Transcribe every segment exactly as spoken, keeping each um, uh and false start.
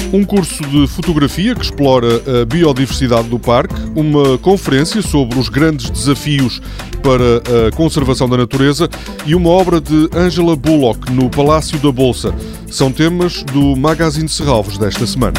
Um curso de fotografia que explora a biodiversidade do parque, uma conferência sobre os grandes desafios para a conservação da natureza e uma obra de Angela Bullock no Palácio da Bolsa. São temas do Magazine de Serralves desta semana.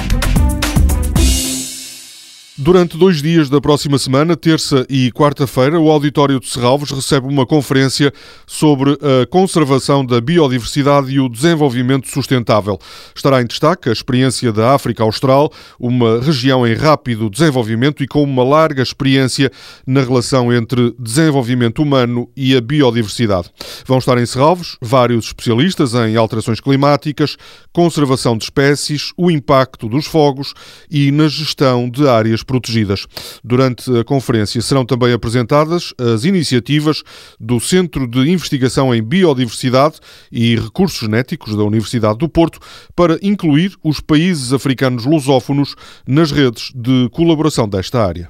Durante dois dias da próxima semana, terça e quarta-feira, o Auditório de Serralves recebe uma conferência sobre a conservação da biodiversidade e o desenvolvimento sustentável. Estará em destaque a experiência da África Austral, uma região em rápido desenvolvimento e com uma larga experiência na relação entre desenvolvimento humano e a biodiversidade. Vão estar em Serralves vários especialistas em alterações climáticas, conservação de espécies, o impacto dos fogos e na gestão de áreas protegidas. Durante a conferência serão também apresentadas as iniciativas do Centro de Investigação em Biodiversidade e Recursos Genéticos da Universidade do Porto para incluir os países africanos lusófonos nas redes de colaboração desta área.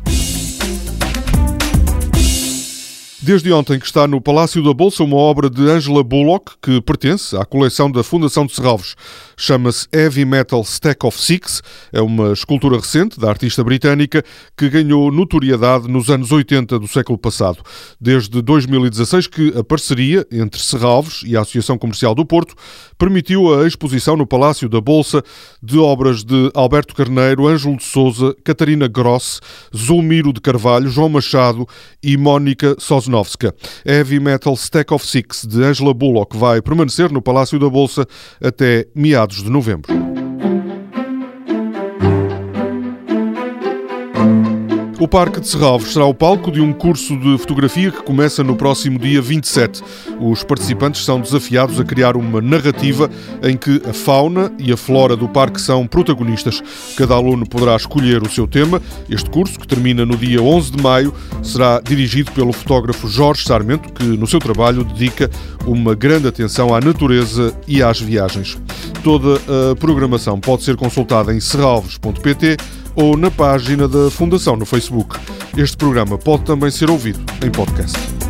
Desde ontem que está no Palácio da Bolsa uma obra de Angela Bullock que pertence à coleção da Fundação de Serralves. Chama-se Heavy Metal Stack of Six. É uma escultura recente da artista britânica que ganhou notoriedade nos anos oitenta do século passado. Desde dois mil e dezasseis que a parceria entre Serralves e a Associação Comercial do Porto permitiu a exposição no Palácio da Bolsa de obras de Alberto Carneiro, Ângelo de Sousa, Catarina Gross, Zulmiro de Carvalho, João Machado e Mónica Sosnovska. Heavy Metal Stack of Six de Angela Bullock vai permanecer no Palácio da Bolsa até meados de novembro. O Parque de Serralves será o palco de um curso de fotografia que começa no próximo dia vinte e sete. Os participantes são desafiados a criar uma narrativa em que a fauna e a flora do parque são protagonistas. Cada aluno poderá escolher o seu tema. Este curso, que termina no dia onze de maio, será dirigido pelo fotógrafo Jorge Sarmento, que no seu trabalho dedica uma grande atenção à natureza e às viagens. Toda a programação pode ser consultada em serralves ponto pt ou na página da Fundação no Facebook. Este programa pode também ser ouvido em podcast.